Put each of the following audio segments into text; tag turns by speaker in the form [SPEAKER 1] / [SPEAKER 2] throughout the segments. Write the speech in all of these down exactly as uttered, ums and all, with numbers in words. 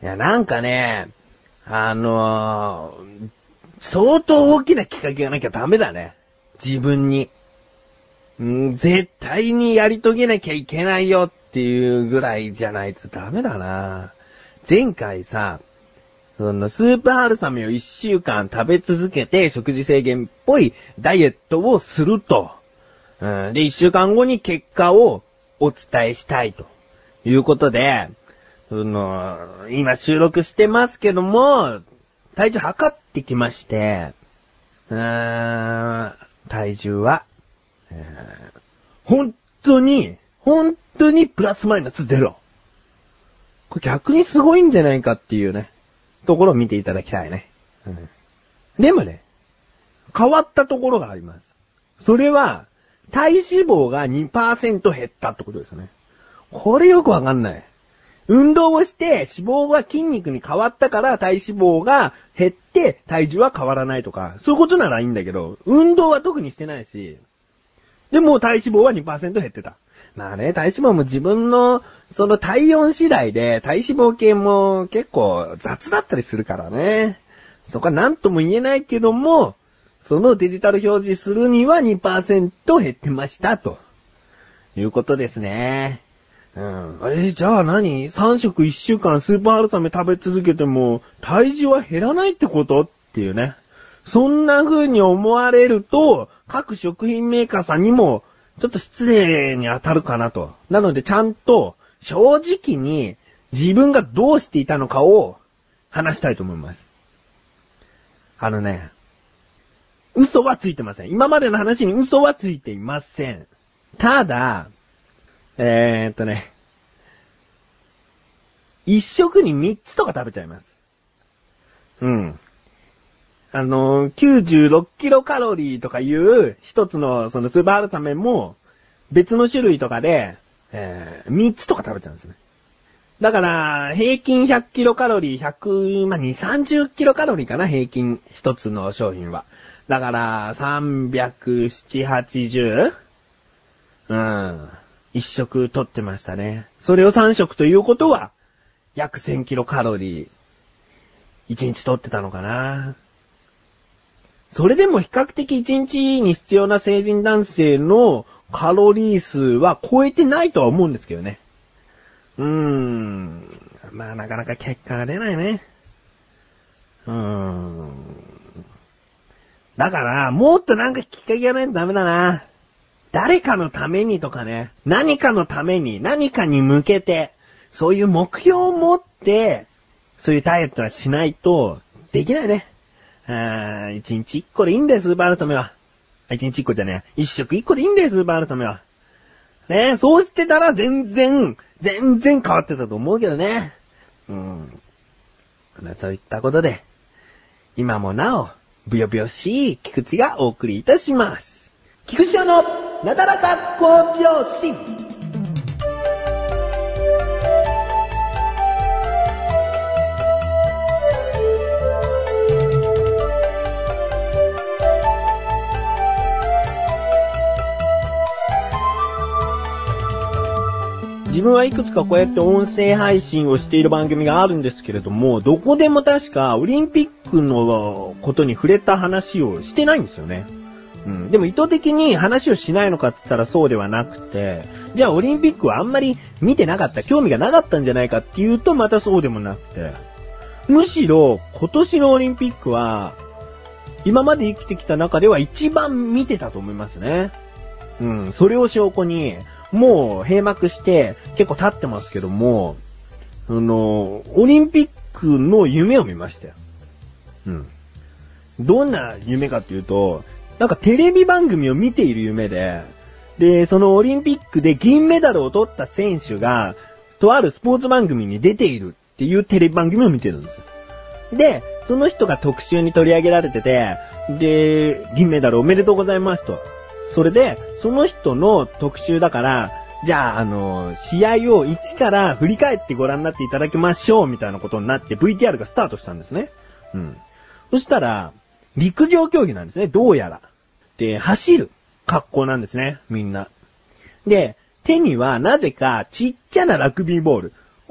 [SPEAKER 1] いや、なんかね、あのー、相当大きなきっかけがなきゃダメだね。自分に。うん、絶対にやり遂げなきゃいけないよっていうぐらいじゃないとダメだな。前回さ、そのスープ春雨を一週間食べ続けて食事制限っぽいダイエットをすると。うん、で、一週間後に結果をお伝えしたいということで、その、今収録してますけども、体重測ってきまして、うーん、体重は、えー、本当に、本当にプラスマイナスゼロ。これ逆にすごいんじゃないかっていうね、ところを見ていただきたいね。うん、でもね、変わったところがあります。それは、体脂肪が にパーセント 減ったってことですよね。これよくわかんない。運動をして脂肪が筋肉に変わったから体脂肪が減って体重は変わらないとか、そういうことならいいんだけど、運動は特にしてないし、でも体脂肪は にパーセント 減ってた。まあね、体脂肪も自分のその体温次第で体脂肪計も結構雑だったりするからね。そこは何とも言えないけども、そのデジタル表示するには にパーセント 減ってましたということですね。うん。え、じゃあ何 ?さん 食いっしゅうかんスーパー春雨食べ続けても体重は減らないってことっていうね。そんな風に思われると各食品メーカーさんにもちょっと失礼に当たるかなと。なのでちゃんと正直に自分がどうしていたのかを話したいと思います。あのね、嘘はついてません。今までの話に嘘はついていません。ただ、えーっとね、一食に三つとか食べちゃいます。うん。あの、きゅうじゅうろくキロカロリーとかいう一つのそのスーパー春雨も別の種類とかで、えー、三つとか食べちゃうんですね。だから、平均ひゃくキロカロリー、ひゃく、まあ、にじゅう、さんじゅっキロカロリーかな、平均一つの商品は。だから、さんびゃくななじゅう、はちじゅう? うん。一食取ってましたね。それを三食ということは、約せんキロカロリー、一日取ってたのかな。それでも比較的一日に必要な成人男性のカロリー数は超えてないとは思うんですけどね。うーん。まあなかなか結果が出ないね。うーん。だから、もっとなんかきっかけがないとダメだな。誰かのためにとかね、何かのために、何かに向けて、そういう目標を持って、そういうダイエットはしないと、できないね。あー、一日一個でいいんだよ、スーパー春雨は。一日一個じゃねえ。一食一個でいいんだよ、スーパー春雨は。ねえ、そうしてたら全然、全然変わってたと思うけどね。うん。まあ、そういったことで、今もなお、ぶよぶよしい菊池がお送りいたします。菊池のなだらか向上心。自分はいくつかこうやって音声配信をしている番組があるんですけれども、どこでも確かオリンピックのことに触れた話をしてないんですよね。うん。でも意図的に話をしないのかって言ったらそうではなくて、じゃあオリンピックはあんまり見てなかった、興味がなかったんじゃないかっていうとまたそうでもなくて、むしろ今年のオリンピックは今まで生きてきた中では一番見てたと思いますね。うん。それを証拠に、もう閉幕して結構経ってますけども、あの、オリンピックの夢を見ましたよ。うん。どんな夢かっていうと、なんかテレビ番組を見ている夢で、で、そのオリンピックで銀メダルを取った選手が、とあるスポーツ番組に出ているっていうテレビ番組を見てるんですよ。で、その人が特集に取り上げられてて、で、銀メダルおめでとうございますと。それで、その人の特集だから、じゃあ、あの、試合を一から振り返ってご覧になっていただきましょう、みたいなことになって ブイティーアール がスタートしたんですね。うん。そしたら、陸上競技なんですね、どうやら。で、走る格好なんですね、みんな。で、手にはなぜかちっちゃなラグビーボール。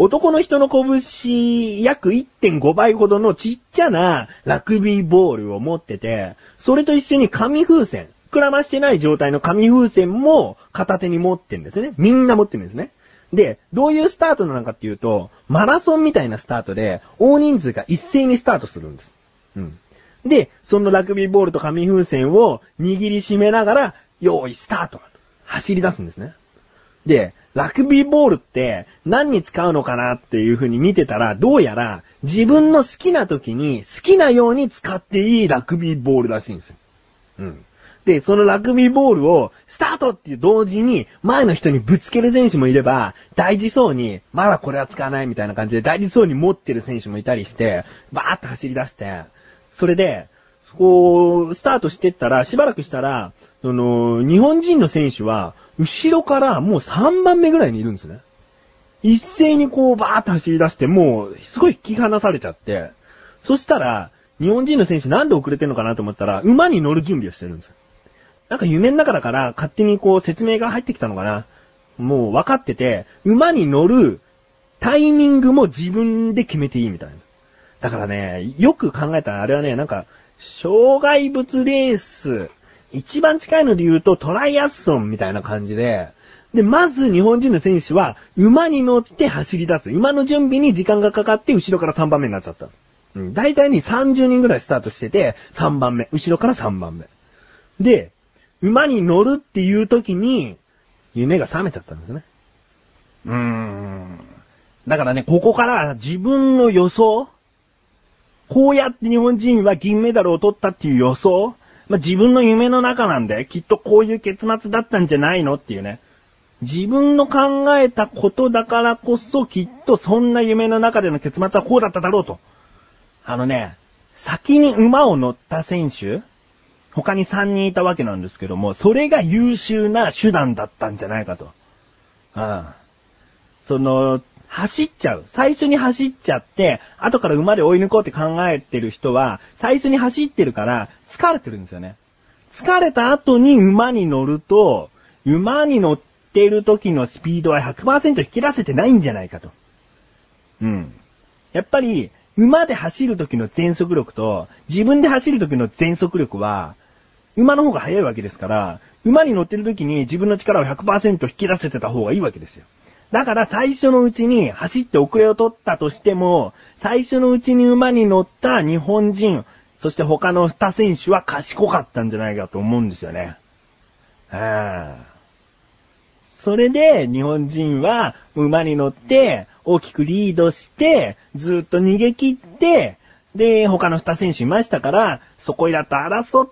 [SPEAKER 1] 男の人の拳約 いってんご 倍ほどのちっちゃなラグビーボールを持ってて、それと一緒に紙風船、膨らましてない状態の紙風船も片手に持ってるんですね。みんな持ってるんですね。で、どういうスタートなのかっていうと、マラソンみたいなスタートで、大人数が一斉にスタートするんです。うん。で、そのラグビーボールと紙風船を握りしめながら、用意スタート。走り出すんですね。で、ラグビーボールって何に使うのかなっていう風に見てたら、どうやら自分の好きな時に好きなように使っていいラグビーボールらしいんですよ。うん。で、そのラグビーボールをスタートっていう同時に前の人にぶつける選手もいれば、大事そうに、まだこれは使わないみたいな感じで大事そうに持ってる選手もいたりして、バーッと走り出して、それで、こう、スタートしてったら、しばらくしたら、その、日本人の選手は、後ろからもうさんばんめぐらいにいるんですね。一斉にこうバーッと走り出して、もうすごい引き離されちゃって、そしたら、日本人の選手なんで遅れてんのかなと思ったら、馬に乗る準備をしてるんですよ。なんか夢の中だから勝手にこう説明が入ってきたのかな。もう分かってて、馬に乗るタイミングも自分で決めていいみたいな。だからね、よく考えたらあれはね、なんか、障害物レース、一番近いので言うとトライアスロンみたいな感じで、で、まず日本人の選手は馬に乗って走り出す。馬の準備に時間がかかって後ろからさんばんめになっちゃった。うん、大体にさんじゅうにんぐらいスタートしてて、さんばんめ。後ろからさんばんめ。で、馬に乗るっていう時に、夢が覚めちゃったんですね。うーん。だからね、ここから自分の予想、こうやって日本人は銀メダルを取ったっていう予想、まあ、自分の夢の中なんで、きっとこういう結末だったんじゃないのっていうね。自分の考えたことだからこそ、きっとそんな夢の中での結末はこうだっただろうと。あのね、先に馬を乗った選手、他にさんにんいたわけなんですけども、それが優秀な手段だったんじゃないかと。ああ。その、走っちゃう。最初に走っちゃって、後から馬で追い抜こうって考えてる人は、最初に走ってるから、疲れてるんですよね。疲れた後に馬に乗ると、馬に乗ってる時のスピードは ひゃくパーセント 引き出せてないんじゃないかと。うん。やっぱり、馬で走る時の全速力と、自分で走る時の全速力は、馬の方が速いわけですから、馬に乗ってる時に自分の力を ひゃくパーセント 引き出せてた方がいいわけですよ。だから最初のうちに走って遅れを取ったとしても、最初のうちに馬に乗った日本人、そして他のに選手は賢かったんじゃないかと思うんですよね。ああ。それで日本人は馬に乗って大きくリードして、ずっと逃げ切って、で、他のに選手いましたから、そこいらと争って、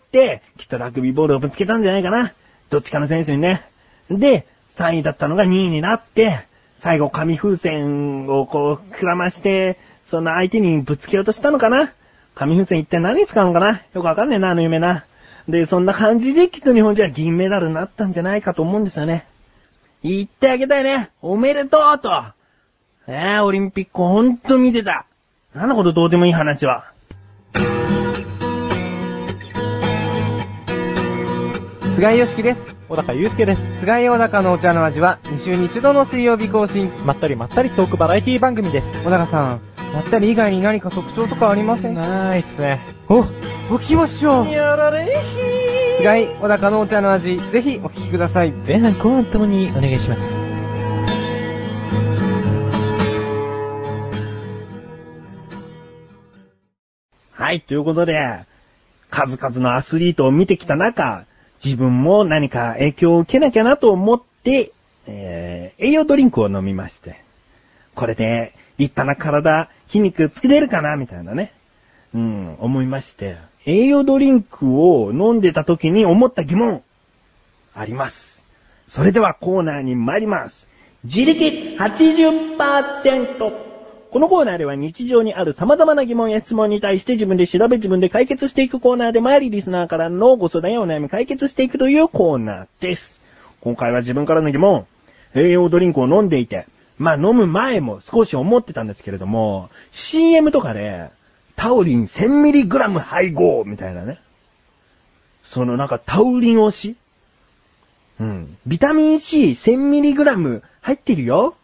[SPEAKER 1] きっとラグビーボールをぶつけたんじゃないかな。どっちかの選手にね。で、さんいだったのがにいになって、最後紙風船をこう、膨らまして、その相手にぶつけようとしたのかな。紙風船一体何に使うのかな。よくわかんねえな、あの夢な。で、そんな感じできっと日本人は銀メダルになったんじゃないかと思うんですよね。言ってあげたいね。おめでとうと。えー、オリンピックほんと見てた。なんだこのどうでもいい話は。
[SPEAKER 2] 菅井よしきです。
[SPEAKER 3] 小高祐介です。
[SPEAKER 2] 菅井小高のお茶の味はに週に一度の水曜日更新。
[SPEAKER 3] まったりまったりトークバラエティ番組です。
[SPEAKER 2] 小高さん、まったり以外に何か特徴とかありません？
[SPEAKER 3] ないっすね。
[SPEAKER 2] お、お聞きましょう。
[SPEAKER 3] やられーひー。
[SPEAKER 2] 菅井小高のお茶の味、ぜひお聞きください。
[SPEAKER 3] 前半後半ともにお願いします。
[SPEAKER 1] はい、ということで、数々のアスリートを見てきた中、自分も何か影響を受けなきゃなと思って、えー、栄養ドリンクを飲みまして、これで立派な体、筋肉作れるかなみたいなね、うん、思いまして、栄養ドリンクを飲んでた時に思った疑問、あります。それではコーナーに参ります。自力 はちじゅっパーセント。このコーナーでは日常にある様々な疑問や質問に対して自分で調べ自分で解決していくコーナーでもあり、リスナーからのご相談やお悩み解決していくというコーナーです。今回は自分からの疑問、栄養ドリンクを飲んでいて、まあ飲む前も少し思ってたんですけれども、シーエム とかでタウリン せんミリグラム 配合みたいなね。そのなんかタウリン推しうん。ビタミン シー せんミリグラム 入ってるよっ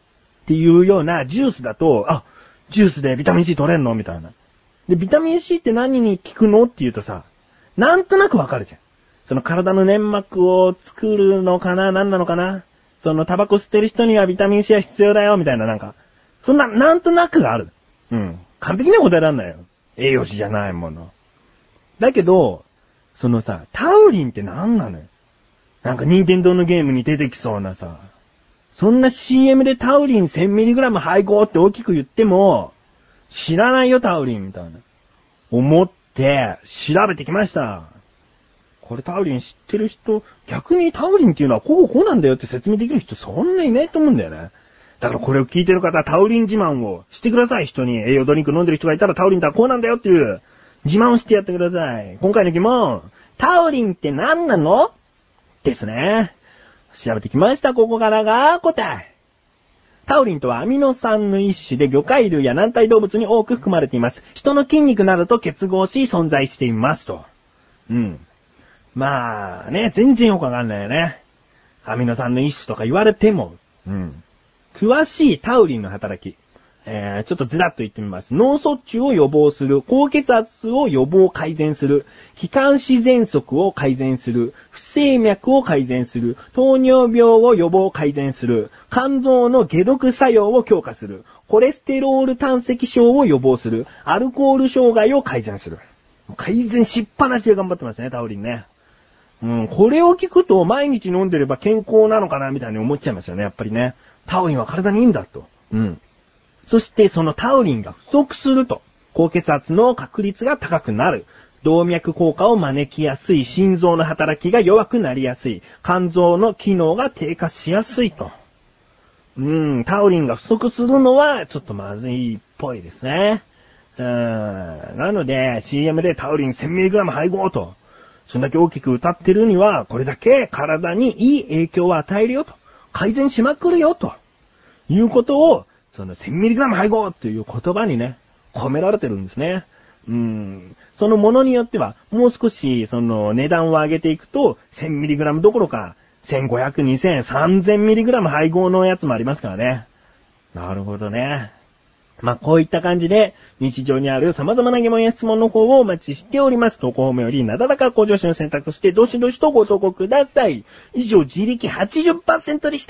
[SPEAKER 1] っていうようなジュースだと、あ、ジュースでビタミン C 取れんのみたいな。で、ビタミン C って何に効くのって言うとさ、なんとなくわかるじゃん。その体の粘膜を作るのかな何なのかなそのタバコ吸ってる人にはビタミン C は必要だよみたいななんか、そんな、なんとなくがある。うん。完璧には答えらんないよ。栄養士じゃないもの。だけど、そのさ、タウリンって何なのよ。なんか任天堂のゲームに出てきそうなさ、そんな シーエム でタウリン せんミリグラム 配合って大きく言っても、知らないよタウリンみたいな。思って調べてきました。これタウリン知ってる人、逆にタウリンっていうのはこうこうなんだよって説明できる人そんないないと思うんだよね。だからこれを聞いてる方はタウリン自慢をしてください。人に栄養ドリンク飲んでる人がいたらタウリンとはこうなんだよっていう自慢をしてやってください。今回の疑問、タウリンって何なの？ですね。調べてきました。ここからが答え。タウリンとはアミノ酸の一種で魚介類や軟体動物に多く含まれています。人の筋肉などと結合し存在していますと。うん。まあね、全然よくわかんないよね。アミノ酸の一種とか言われても。うん。詳しいタウリンの働き。えー、ちょっとずらっと言ってみます。脳卒中を予防する、高血圧を予防改善する、気管支喘息を改善する、不整脈を改善する、糖尿病を予防改善する、肝臓の解毒作用を強化する、コレステロール胆石症を予防する、アルコール障害を改善する。改善しっぱなしで頑張ってますね、タウリンね。うん、これを聞くと毎日飲んでれば健康なのかなみたいに思っちゃいますよね、やっぱりね。タウリンは体にいいんだと。うん。そしてそのタウリンが不足すると、高血圧の確率が高くなる。動脈硬化を招きやすい。心臓の働きが弱くなりやすい。肝臓の機能が低下しやすいと。うーん、タウリンが不足するのはちょっとまずいっぽいですね。うーん、なので シーエム でタウリン せんミリグラム 配合と、そんだけ大きく歌ってるには、これだけ体にいい影響を与えるよと。改善しまくるよと。いうことを、その せんミリグラム 配合という言葉にね、込められてるんですね。うん。そのものによっては、もう少し、その値段を上げていくと、せんミリグラム どころか、せんごひゃく、にせん、さんぜんミリグラム 配合のやつもありますからね。なるほどね。まあ、こういった感じで、日常にある様々な疑問や質問の方をお待ちしております。投稿フォームより、なだらか向上心を選択して、どしどしとご投稿ください。以上、自力 はちじゅっパーセント でした。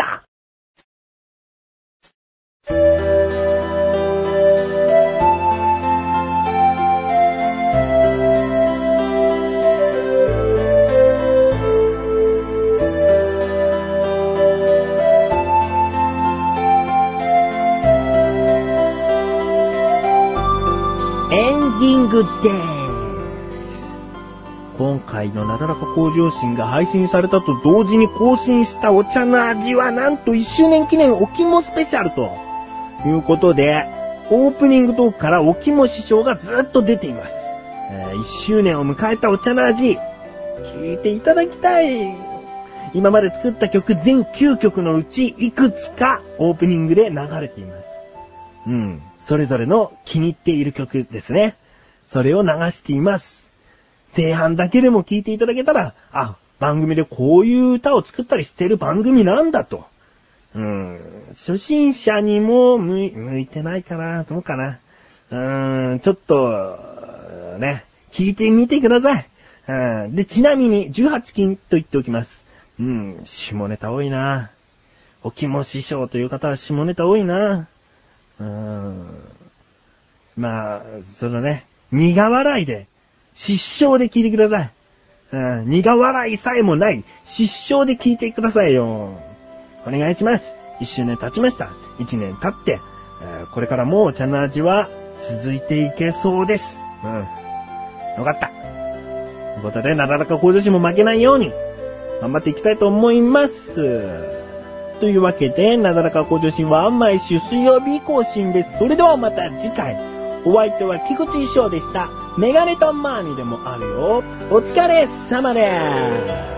[SPEAKER 1] エンディングでーす。今回のなだらか向上心が配信されたと同時に更新したお茶の味はなんといっしゅうねん記念お肝スペシャルということで、オープニングトークからお肝師匠がずっと出ています。えー、いっしゅうねんを迎えたお茶の味、聞いていただきたい。今まで作った曲全きゅうきょくのうちいくつかオープニングで流れています。うん。それぞれの気に入っている曲ですね。それを流しています。前半だけでも聞いていただけたら、あ、番組でこういう歌を作ったりしてる番組なんだと。うん、初心者にも向い、向いてないかな、どうかな。うーん、ちょっと、ね、聞いてみてください。うん、で、ちなみにじゅうはちきんと言っておきます。うん、下ネタ多いな。お肝師匠という方は下ネタ多いな。うーん、まあ、そのね、苦笑いで、失笑で聞いてください。うん、苦笑いさえもない、失笑で聞いてくださいよ。お願いします。一周年経ちました。一年経って、えー、これからもお茶の味は続いていけそうです。うん。よかった。ということで、なだらか向上心も負けないように、頑張っていきたいと思います。というわけで、なだらか向上心は毎週水曜日更新です。それではまた次回。お相手は菊池衣装でした。メガネとマーニでもあるよ。お疲れ様です。